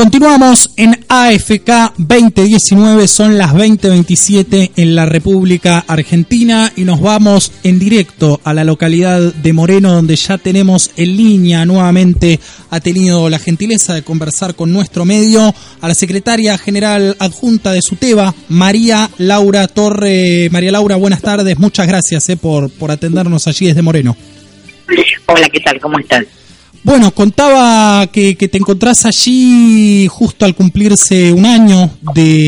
Continuamos en AFK 2019, son las 20:27 en la República Argentina y nos vamos en directo a la localidad de Moreno, donde ya tenemos en línea nuevamente, ha tenido la gentileza de conversar con nuestro medio a la secretaria general adjunta de SUTEBA, María Laura Torre. María Laura, buenas tardes, muchas gracias por atendernos allí desde Moreno. Hola, ¿qué tal? ¿Cómo están? Bueno, contaba que te encontrás allí justo al cumplirse un año de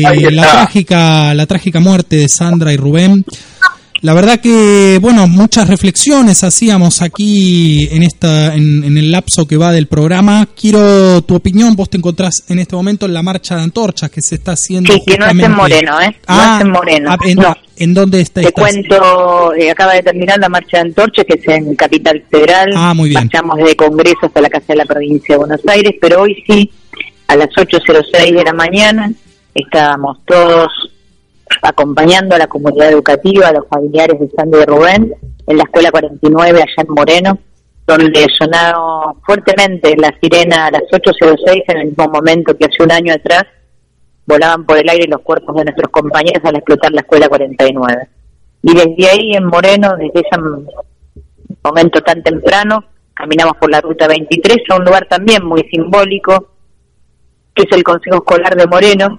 la trágica muerte de Sandra y Rubén. La verdad que, bueno, muchas reflexiones hacíamos aquí en el lapso que va del programa. Quiero tu opinión. Vos te encontrás en este momento en la marcha de antorchas que se está haciendo. Sí, que no es en Moreno, ¿eh? No es en Moreno. No. ¿En dónde está? Te cuento, acaba de terminar la marcha de antorchas, que es en Capital Federal. Muy bien. Marchamos desde Congreso hasta la Casa de la Provincia de Buenos Aires, pero hoy sí, a las 8:06 de la mañana, estábamos todos acompañando a la comunidad educativa, a los familiares de Sandra y Rubén, en la Escuela 49, allá en Moreno, donde sonaron fuertemente la sirena a las 8:06, en el mismo momento que hace un año atrás volaban por el aire los cuerpos de nuestros compañeros al explotar la Escuela 49. Y desde ahí, en Moreno, desde ese momento tan temprano, caminamos por la Ruta 23 a un lugar también muy simbólico, que es el Consejo Escolar de Moreno.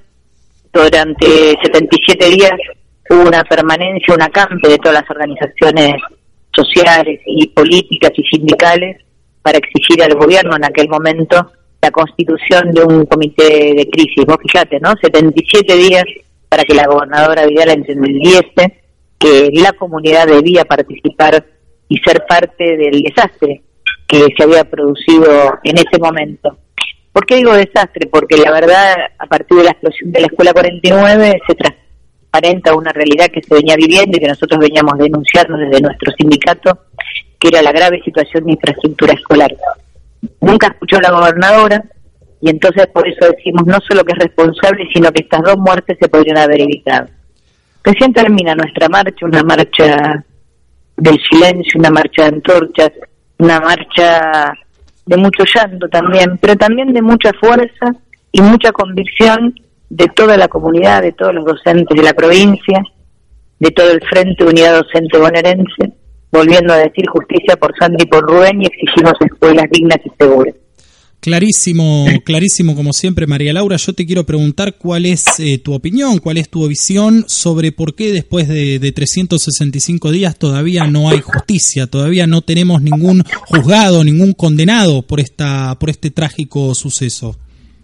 Durante 77 días hubo una permanencia, un acampe de todas las organizaciones sociales y políticas y sindicales para exigir al gobierno en aquel momento la constitución de un comité de crisis. Vos fíjate, ¿no? 77 días para que la gobernadora Vidal entendiese que la comunidad debía participar y ser parte del desastre que se había producido en ese momento. ¿Por qué digo desastre? Porque la verdad, a partir de la explosión de la Escuela 49 se transparenta una realidad que se venía viviendo y que nosotros veníamos denunciando desde nuestro sindicato, que era la grave situación de infraestructura escolar. Nunca escuchó la gobernadora y entonces por eso decimos no solo que es responsable, sino que estas dos muertes se podrían haber evitado. Recién termina nuestra marcha, una marcha del silencio, una marcha de antorchas, una marcha de mucho llanto también, pero también de mucha fuerza y mucha convicción de toda la comunidad, de todos los docentes de la provincia, de todo el Frente de Unidad Docente Bonaerense, volviendo a decir justicia por Sandra y por Rubén, y exigimos escuelas dignas y seguras. Clarísimo como siempre, María Laura. Yo te quiero preguntar cuál es tu opinión, cuál es tu visión sobre por qué después de 365 días todavía no hay justicia, todavía no tenemos ningún juzgado, ningún condenado por este trágico suceso.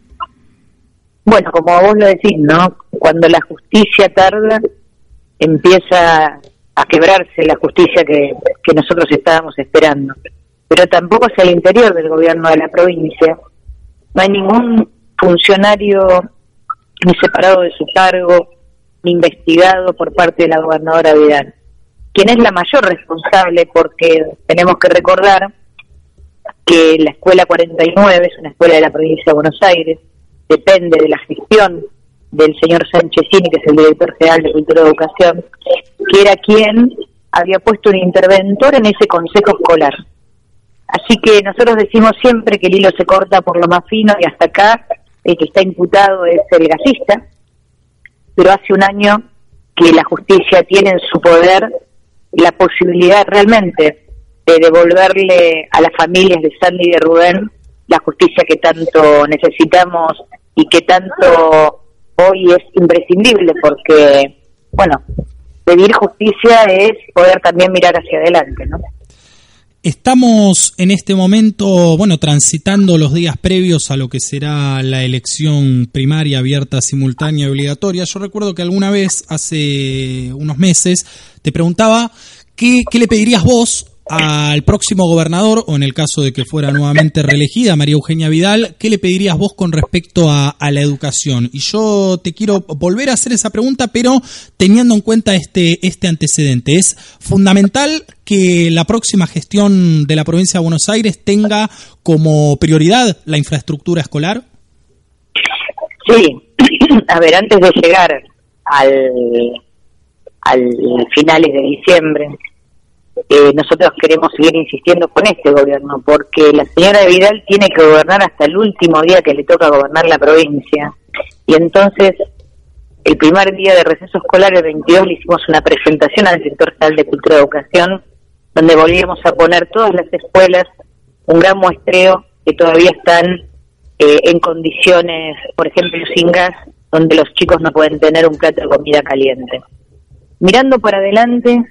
Bueno, como vos lo decís, ¿no? Cuando la justicia tarda, empieza a quebrarse la justicia que nosotros estábamos esperando. Pero tampoco hacia el interior del gobierno de la provincia. No hay ningún funcionario ni separado de su cargo, ni investigado por parte de la gobernadora Vidal, quien es la mayor responsable, porque tenemos que recordar que la Escuela 49 es una escuela de la provincia de Buenos Aires, depende de la gestión del señor Sanchezini, que es el director general de Cultura y Educación, que era quien había puesto un interventor en ese consejo escolar. Así que nosotros decimos siempre que el hilo se corta por lo más fino, y hasta acá el que está imputado es el gasista, pero hace un año que la justicia tiene en su poder la posibilidad realmente de devolverle a las familias de Sandy y de Rubén la justicia que tanto necesitamos y que tanto hoy es imprescindible, porque, bueno, pedir justicia es poder también mirar hacia adelante, ¿no? Estamos en este momento, transitando los días previos a lo que será la elección primaria abierta, simultánea y obligatoria. Yo recuerdo que alguna vez, hace unos meses, te preguntaba ¿qué le pedirías vos al próximo gobernador, o en el caso de que fuera nuevamente reelegida María Eugenia Vidal, qué le pedirías vos con respecto a la educación? Y yo te quiero volver a hacer esa pregunta, pero teniendo en cuenta este antecedente. ¿Es fundamental que la próxima gestión de la provincia de Buenos Aires tenga como prioridad la infraestructura escolar? Sí, a ver, antes de llegar al finales de diciembre, nosotros queremos seguir insistiendo con este gobierno, porque la señora Vidal tiene que gobernar hasta el último día que le toca gobernar la provincia. Y entonces, el primer día de receso escolar, el 22, le hicimos una presentación al Director General de Cultura y Educación, donde volvíamos a poner todas las escuelas, un gran muestreo que todavía están en condiciones, por ejemplo, sin gas, donde los chicos no pueden tener un plato de comida caliente. Mirando para adelante,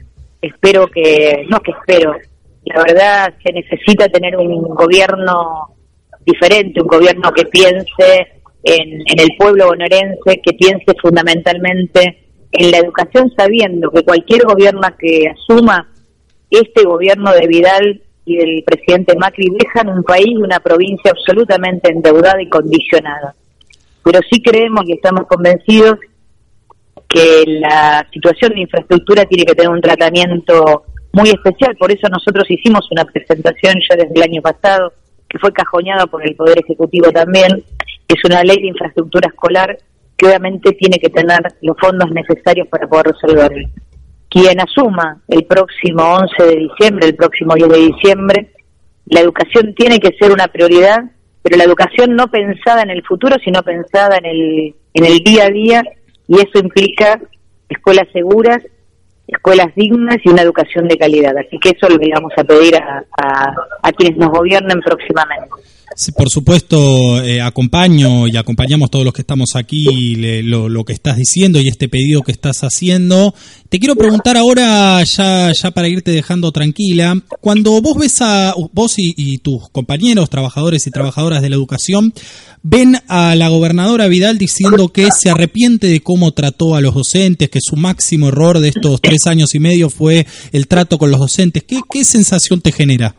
la verdad se necesita tener un gobierno diferente, un gobierno que piense en el pueblo bonaerense, que piense fundamentalmente en la educación, sabiendo que cualquier gobierno que asuma, este gobierno de Vidal y del presidente Macri dejan un país, una provincia absolutamente endeudada y condicionada. Pero sí creemos y estamos convencidos que la situación de infraestructura tiene que tener un tratamiento muy especial. Por eso nosotros hicimos una presentación ya desde el año pasado, que fue cajoneada por el Poder Ejecutivo también. Es una ley de infraestructura escolar que obviamente tiene que tener los fondos necesarios para poder resolverlo. Quien asuma el próximo 11 de diciembre, el próximo 10 de diciembre, la educación tiene que ser una prioridad, pero la educación no pensada en el futuro, sino pensada en el día a día, y eso implica escuelas seguras, escuelas dignas y una educación de calidad. Así que eso le vamos a pedir a quienes nos gobiernen próximamente. Sí, por supuesto, acompaño y acompañamos todos los que estamos aquí lo que estás diciendo y este pedido que estás haciendo. Te quiero preguntar ahora, ya para irte dejando tranquila, cuando vos ves vos y tus compañeros, trabajadores y trabajadoras de la educación, ven a la gobernadora Vidal diciendo que se arrepiente de cómo trató a los docentes, que su máximo error de estos 3 años y medio fue el trato con los docentes, ¿qué sensación te genera?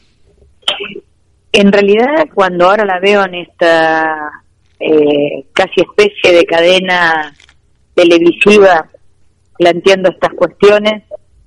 En realidad, cuando ahora la veo en esta casi especie de cadena televisiva planteando estas cuestiones,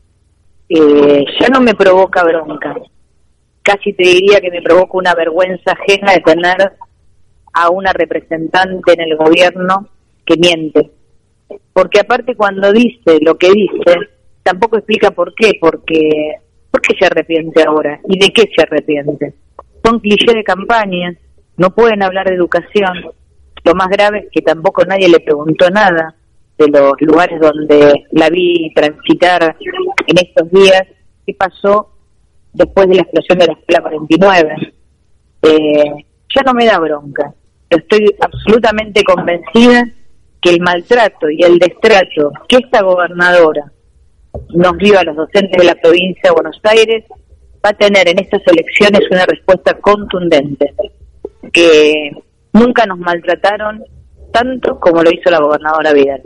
ya no me provoca bronca. Casi te diría que me provoca una vergüenza ajena de tener a una representante en el gobierno que miente. Porque aparte cuando dice lo que dice, tampoco explica por qué, ¿por qué se arrepiente ahora? ¿Y de qué se arrepiente? Son clichés de campaña, no pueden hablar de educación. Lo más grave es que tampoco nadie le preguntó nada de los lugares donde la vi transitar en estos días, qué pasó después de la explosión de la escuela 49. Ya no me da bronca. Estoy absolutamente convencida que el maltrato y el destrato que esta gobernadora nos dio a los docentes de la provincia de Buenos Aires va a tener en estas elecciones una respuesta contundente, que nunca nos maltrataron tanto como lo hizo la gobernadora Vidal.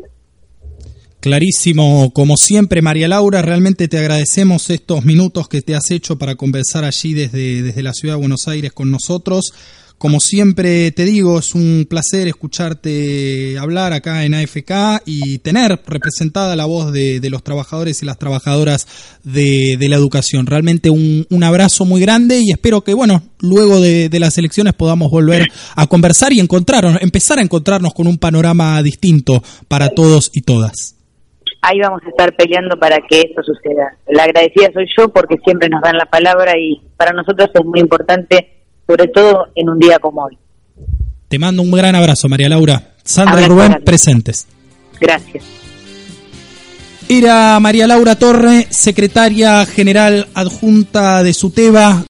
Clarísimo, como siempre, María Laura, realmente te agradecemos estos minutos que te has hecho para conversar allí desde la ciudad de Buenos Aires con nosotros. Como siempre te digo, es un placer escucharte hablar acá en AFK y tener representada la voz de los trabajadores y las trabajadoras de la educación. Realmente un abrazo muy grande y espero que, luego de las elecciones podamos volver a conversar y empezar a encontrarnos con un panorama distinto para todos y todas. Ahí vamos a estar peleando para que esto suceda. La agradecida soy yo porque siempre nos dan la palabra y para nosotros es muy importante, sobre todo en un día como hoy. Te mando un gran abrazo, María Laura. Sandra y Rubén, presentes. Gracias. Era María Laura Torre, secretaria general adjunta de SUTEBA.